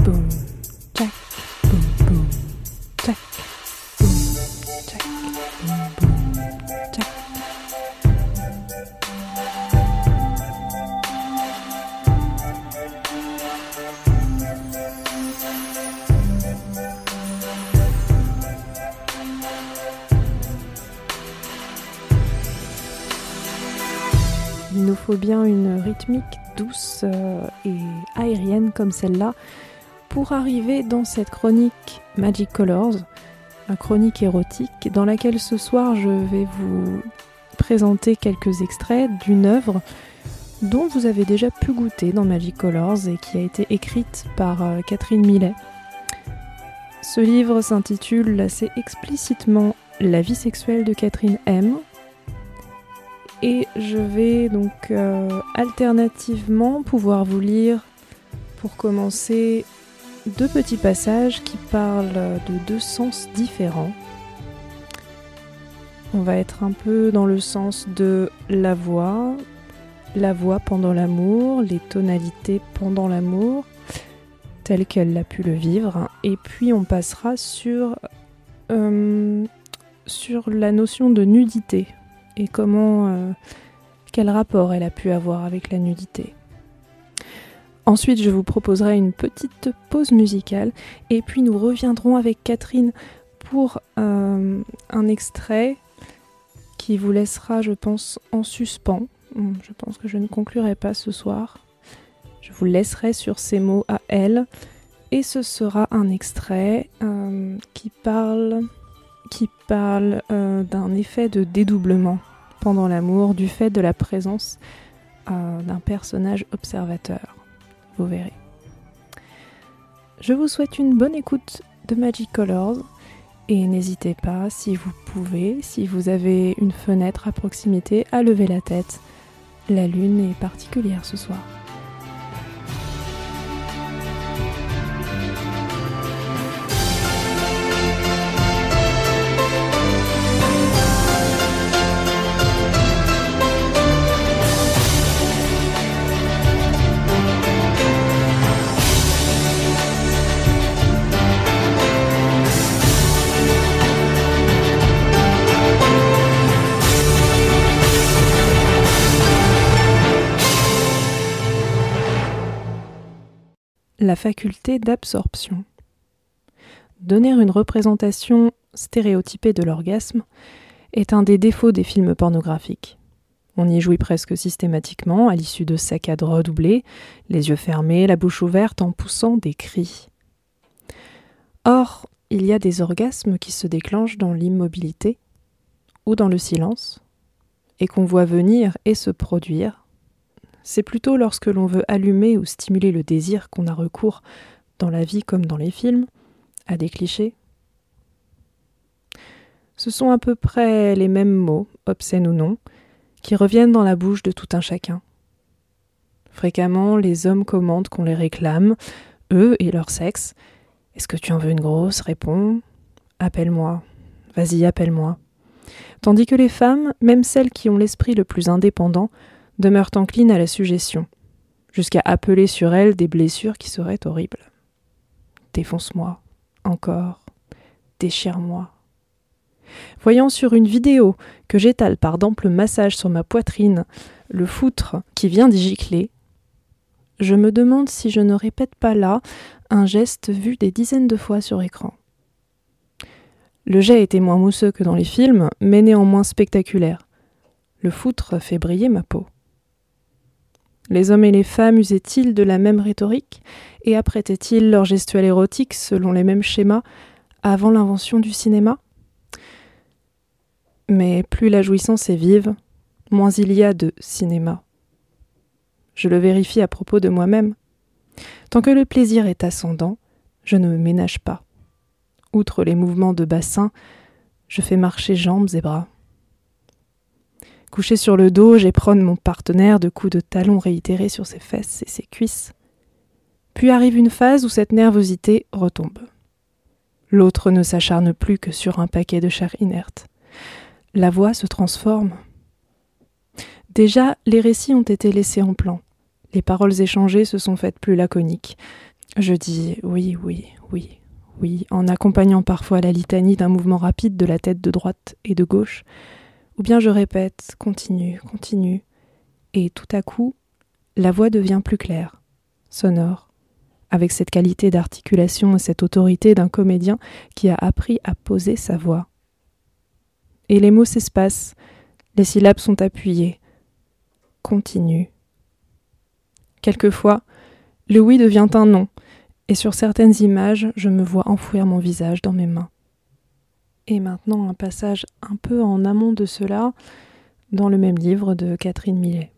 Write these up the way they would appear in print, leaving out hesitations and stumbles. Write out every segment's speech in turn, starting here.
boum, tchac, boum, boum, tchac, boum, tchac, boum, boum, tchac. Il nous faut bien une rythmique douce et aérienne comme celle-là pour arriver dans cette chronique Magic Colors, une chronique érotique dans laquelle ce soir je vais vous présenter quelques extraits d'une œuvre dont vous avez déjà pu goûter dans Magic Colors et qui a été écrite par Catherine Millet. Ce livre s'intitule assez explicitement La vie sexuelle de Catherine M. Et je vais donc alternativement pouvoir vous lire, pour commencer, deux petits passages qui parlent de deux sens différents. On va être un peu dans le sens de la voix pendant l'amour, les tonalités pendant l'amour, telles qu'elle a pu le vivre. Et puis on passera sur la notion de nudité. Et quel rapport elle a pu avoir avec la nudité. Ensuite, je vous proposerai une petite pause musicale et puis nous reviendrons avec Catherine pour un extrait qui vous laissera, je pense, en suspens. Je pense que je ne conclurai pas ce soir. Je vous laisserai sur ces mots à elle et ce sera un extrait qui parle d'un effet de dédoublement pendant l'amour du fait de la présence d'un personnage observateur. Vous verrez. Je vous souhaite une bonne écoute de Magic Colors et n'hésitez pas, si vous pouvez, si vous avez une fenêtre à proximité, à lever la tête. La lune est particulière ce soir. La faculté d'absorption. Donner une représentation stéréotypée de l'orgasme est un des défauts des films pornographiques. On y jouit presque systématiquement à l'issue de saccades redoublées, les yeux fermés, la bouche ouverte en poussant des cris. Or, il y a des orgasmes qui se déclenchent dans l'immobilité ou dans le silence et qu'on voit venir et se produire. C'est plutôt lorsque l'on veut allumer ou stimuler le désir qu'on a recours, dans la vie comme dans les films, à des clichés. Ce sont à peu près les mêmes mots, obscènes ou non, qui reviennent dans la bouche de tout un chacun. Fréquemment, les hommes commandent qu'on les réclame, eux et leur sexe. « Est-ce que tu en veux une grosse ?» Réponds « Appelle-moi. Vas-y, appelle-moi. » Tandis que les femmes, même celles qui ont l'esprit le plus indépendant, demeurent enclines à la suggestion, jusqu'à appeler sur elles des blessures qui seraient horribles. Défonce-moi, encore, déchire-moi. Voyant sur une vidéo que j'étale par d'amples massages sur ma poitrine le foutre qui vient d'y gicler, je me demande si je ne répète pas là un geste vu des dizaines de fois sur écran. Le jet était moins mousseux que dans les films, mais néanmoins spectaculaire. Le foutre fait briller ma peau. Les hommes et les femmes usaient-ils de la même rhétorique et apprêtaient-ils leur gestuelle érotique selon les mêmes schémas avant l'invention du cinéma ? Mais plus la jouissance est vive, moins il y a de cinéma. Je le vérifie à propos de moi-même. Tant que le plaisir est ascendant, je ne me ménage pas. Outre les mouvements de bassin, je fais marcher jambes et bras. Couché sur le dos, j'éperonne mon partenaire de coups de talon réitérés sur ses fesses et ses cuisses. Puis arrive une phase où cette nervosité retombe. L'autre ne s'acharne plus que sur un paquet de chair inerte. La voix se transforme. Déjà, les récits ont été laissés en plan. Les paroles échangées se sont faites plus laconiques. Je dis oui, oui, oui, oui, en accompagnant parfois la litanie d'un mouvement rapide de la tête de droite et de gauche, ou bien je répète continue, continue, et tout à coup, la voix devient plus claire, sonore, avec cette qualité d'articulation et cette autorité d'un comédien qui a appris à poser sa voix. Et les mots s'espacent, les syllabes sont appuyées. Continue. Quelquefois, le oui devient un non, et sur certaines images, je me vois enfouir mon visage dans mes mains. Et maintenant, un passage un peu en amont de cela, dans le même livre de Catherine Millet.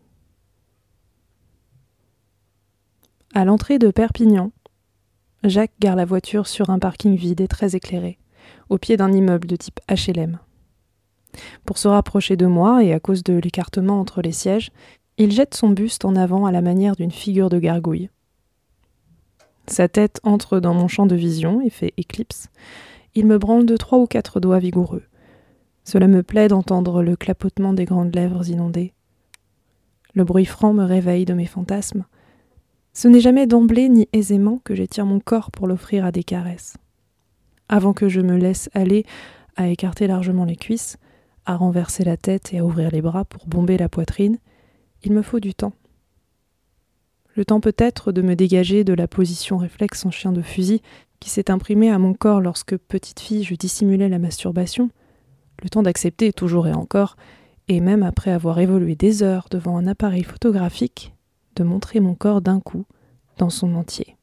À l'entrée de Perpignan, Jacques gare la voiture sur un parking vide et très éclairé, au pied d'un immeuble de type HLM. Pour se rapprocher de moi, et à cause de l'écartement entre les sièges, il jette son buste en avant à la manière d'une figure de gargouille. Sa tête entre dans mon champ de vision et fait éclipse. Il me branle de 3 ou 4 doigts vigoureux. Cela me plaît d'entendre le clapotement des grandes lèvres inondées. Le bruit franc me réveille de mes fantasmes. Ce n'est jamais d'emblée ni aisément que j'étire mon corps pour l'offrir à des caresses. Avant que je me laisse aller à écarter largement les cuisses, à renverser la tête et à ouvrir les bras pour bomber la poitrine, il me faut du temps. Le temps peut-être de me dégager de la position réflexe en chien de fusil qui s'est imprimée à mon corps lorsque, petite fille, je dissimulais la masturbation. Le temps d'accepter toujours et encore, et même après avoir évolué des heures devant un appareil photographique, de montrer mon corps d'un coup, dans son entier.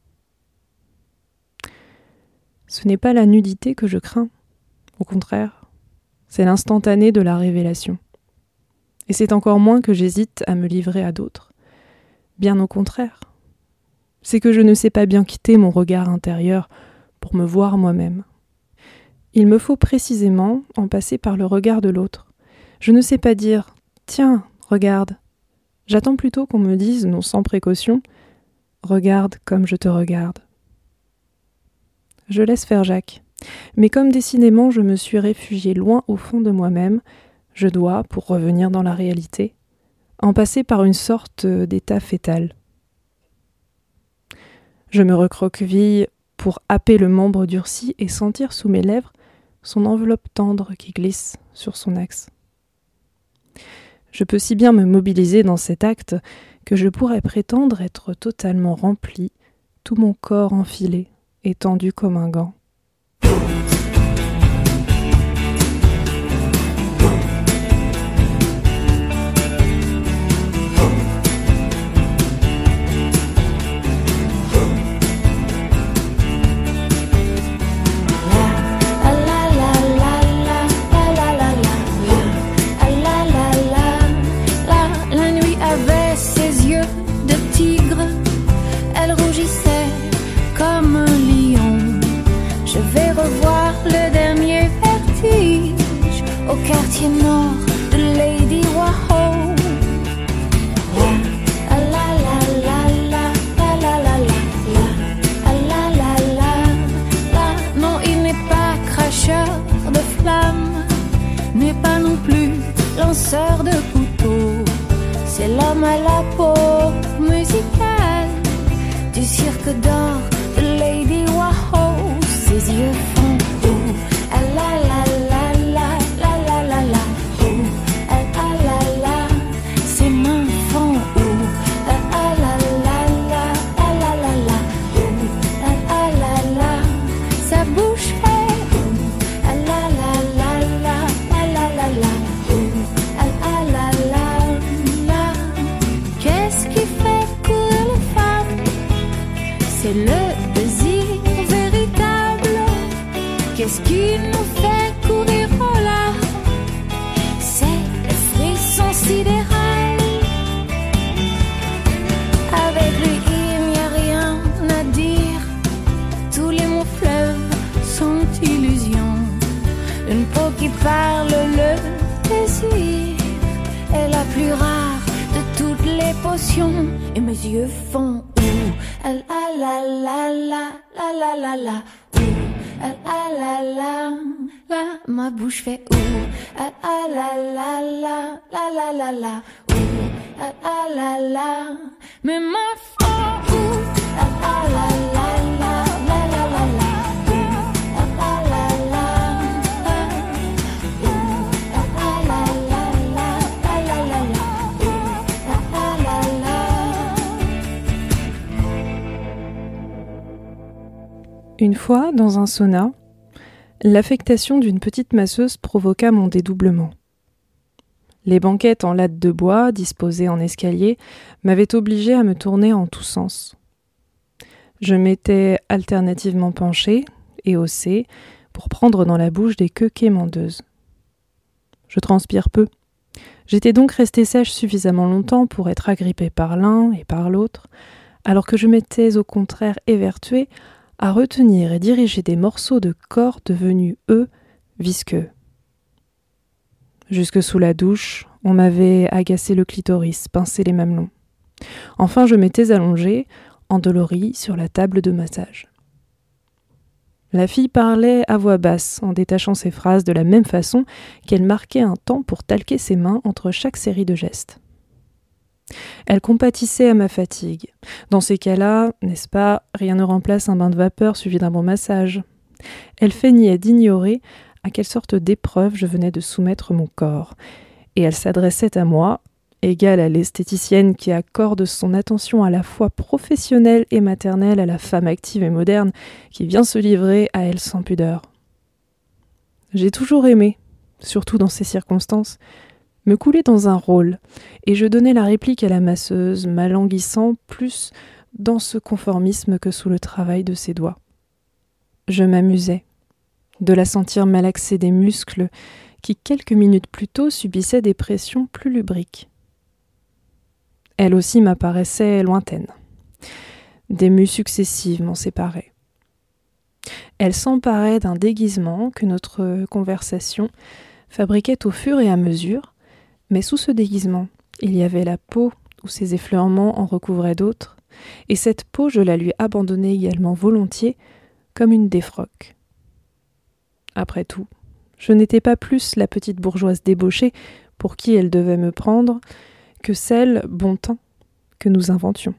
Ce n'est pas la nudité que je crains. Au contraire, c'est l'instantané de la révélation. Et c'est encore moins que j'hésite à me livrer à d'autres. Bien au contraire. C'est que je ne sais pas bien quitter mon regard intérieur pour me voir moi-même. Il me faut précisément en passer par le regard de l'autre. Je ne sais pas dire « Tiens, regarde ». J'attends plutôt qu'on me dise, non sans précaution, « Regarde comme je te regarde ». Je laisse faire Jacques. Mais comme décidément je me suis réfugiée loin au fond de moi-même, je dois, pour revenir dans la réalité, en passer par une sorte d'état fœtal. Je me recroqueville pour happer le membre durci et sentir sous mes lèvres son enveloppe tendre qui glisse sur son axe. Je peux si bien me mobiliser dans cet acte que je pourrais prétendre être totalement rempli, tout mon corps enfilé et tendu comme un gant. Quartier nord de Lady Warhol. La la la la la la la la la la. Non, il n'est pas cracheur de flammes, n'est pas non plus lanceur de couteaux. C'est l'homme à la peau musicale du cirque d'or de Lady Warhol. Ses yeux font oh, la la la. C'est le désir véritable. Qu'est-ce qui nous fait courir en larmes? C'est le frisson sidéral. Avec lui il n'y a rien à dire. Tous les mots fleuves sont illusions. Une peau qui parle, le désir est la plus rare de toutes les potions. Et mes yeux font la la la la la la la la la la la. Ma bouche fait la la la la la la la la la la. Mes mains font la la la la. Une fois, dans un sauna, l'affectation d'une petite masseuse provoqua mon dédoublement. Les banquettes en lattes de bois, disposées en escalier, m'avaient obligé à me tourner en tous sens. Je m'étais alternativement penchée et haussée pour prendre dans la bouche des queues quémandeuses. Je transpire peu. J'étais donc restée sèche suffisamment longtemps pour être agrippée par l'un et par l'autre, alors que je m'étais au contraire évertuée à retenir et diriger des morceaux de corps devenus, eux, visqueux. Jusque sous la douche, on m'avait agacé le clitoris, pincé les mamelons. Enfin, je m'étais allongée, endolorie, sur la table de massage. La fille parlait à voix basse, en détachant ses phrases de la même façon qu'elle marquait un temps pour talquer ses mains entre chaque série de gestes. Elle compatissait à ma fatigue. Dans ces cas-là, n'est-ce pas, rien ne remplace un bain de vapeur suivi d'un bon massage. Elle feignait d'ignorer à quelle sorte d'épreuve je venais de soumettre mon corps, et elle s'adressait à moi, égale à l'esthéticienne qui accorde son attention à la fois professionnelle et maternelle à la femme active et moderne qui vient se livrer à elle sans pudeur. J'ai toujours aimé, surtout dans ces circonstances, me couler dans un rôle, et je donnais la réplique à la masseuse, m'alanguissant plus dans ce conformisme que sous le travail de ses doigts. Je m'amusais de la sentir malaxer des muscles qui, quelques minutes plus tôt, subissaient des pressions plus lubriques. Elle aussi m'apparaissait lointaine. Des mues successives m'en séparaient. Elle s'emparait d'un déguisement que notre conversation fabriquait au fur et à mesure, mais sous ce déguisement, il y avait la peau où ses effleurements en recouvraient d'autres, et cette peau je la lui abandonnais également volontiers comme une défroque. Après tout, je n'étais pas plus la petite bourgeoise débauchée pour qui elle devait me prendre que celle, bon temps, que nous inventions.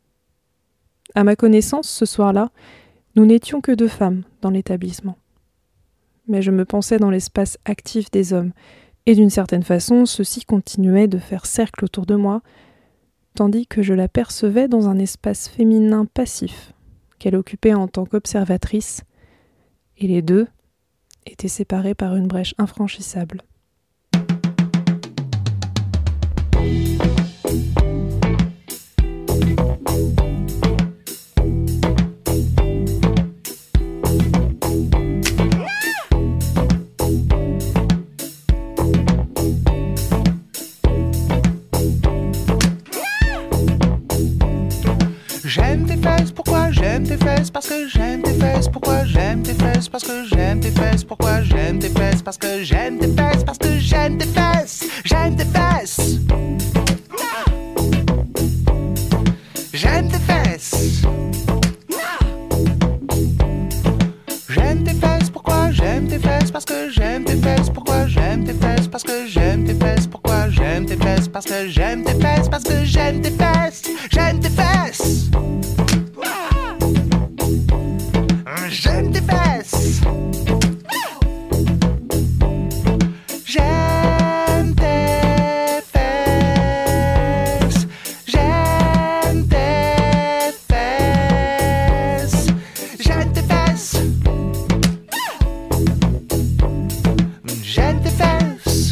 À ma connaissance, ce soir-là, nous n'étions que 2 femmes dans l'établissement. Mais je me pensais dans l'espace actif des hommes, et d'une certaine façon, ceux-ci continuaient de faire cercle autour de moi, tandis que je la percevais dans un espace féminin passif, qu'elle occupait en tant qu'observatrice, et les 2 étaient séparés par une brèche infranchissable. J'aime tes fesses, pourquoi j'aime tes fesses? Parce que j'aime tes fesses, pourquoi j'aime tes fesses? Parce que j'aime tes fesses, pourquoi j'aime tes fesses? Parce que j'aime tes fesses, parce que j'aime tes fesses. J'aime tes fesses. J'aime tes fesses. J'aime tes fesses, pourquoi j'aime tes fesses? Parce que j'aime tes fesses, pourquoi j'aime tes fesses? Parce que j'aime tes fesses, pourquoi j'aime tes fesses? Parce que j'aime tes fesses, parce que j'aime tes fesses. J'aime tes fesses. J'aime tes fesses. J'aime tes fesses. J'aime tes fesses. J'aime tes fesses. J'aime tes fesses.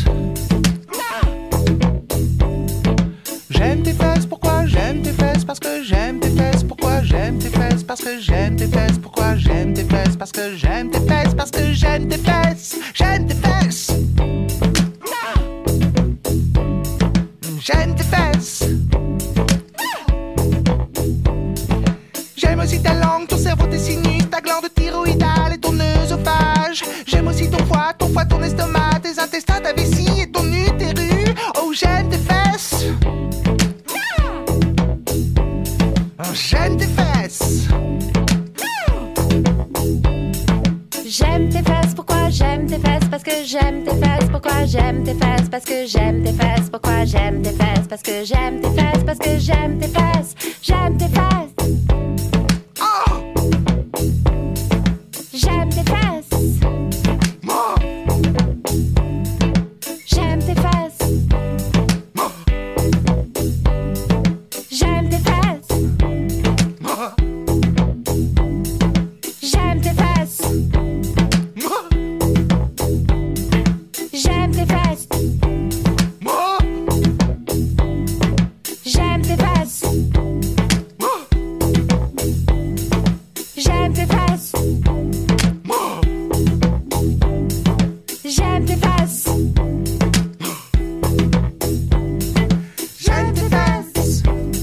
J'aime tes fesses, pourquoi j'aime tes fesses? Parce que j'aime tes fesses, pourquoi j'aime tes fesses? Parce que j'aime tes fesses, pourquoi j'aime tes fesses? Parce que j'aime tes fesses, parce que j'aime tes fesses. J'aime tes fesses. J'aime tes fesses. J'aime aussi ta langue, ton cerveau, tes sinus, ta glande thyroïdale et ton œsophage. J'aime aussi ton foie, ton estomac, tes intestins, ta vessie et ton utérus. Oh, j'aime tes fesses. J'aime tes fesses. J'aime tes fesses, pourquoi j'aime tes fesses? Parce que j'aime tes fesses, pourquoi j'aime tes fesses? Parce que j'aime tes fesses, pourquoi j'aime tes fesses? Parce que j'aime tes fesses, parce que j'aime tes fesses. J'aime tes fesses. Oh. J'aime tes fesses. Oh. J'aime tes fesses. Oh. J'aime tes fesses. Oh. J'aime tes fesses. J'aime tes fesses. J'aime tes fesses.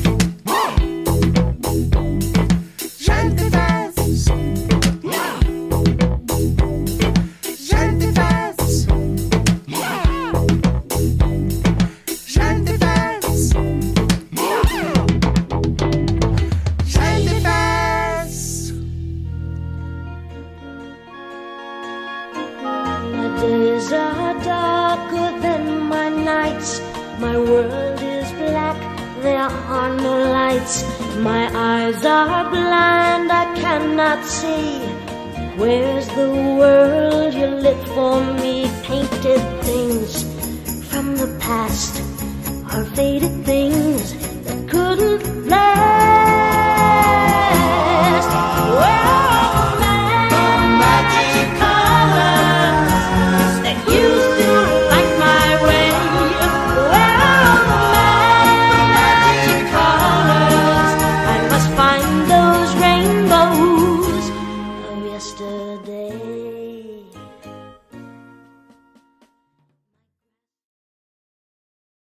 J'aime tes fesses. J'aime tes fesses. J'aime tes fesses. J'aime tes fesses. My days are darker than my nights. My world is black, there are no lights. My eyes are blind, I cannot see. Where's the world you lit for me? Painted things from the past are faded things that couldn't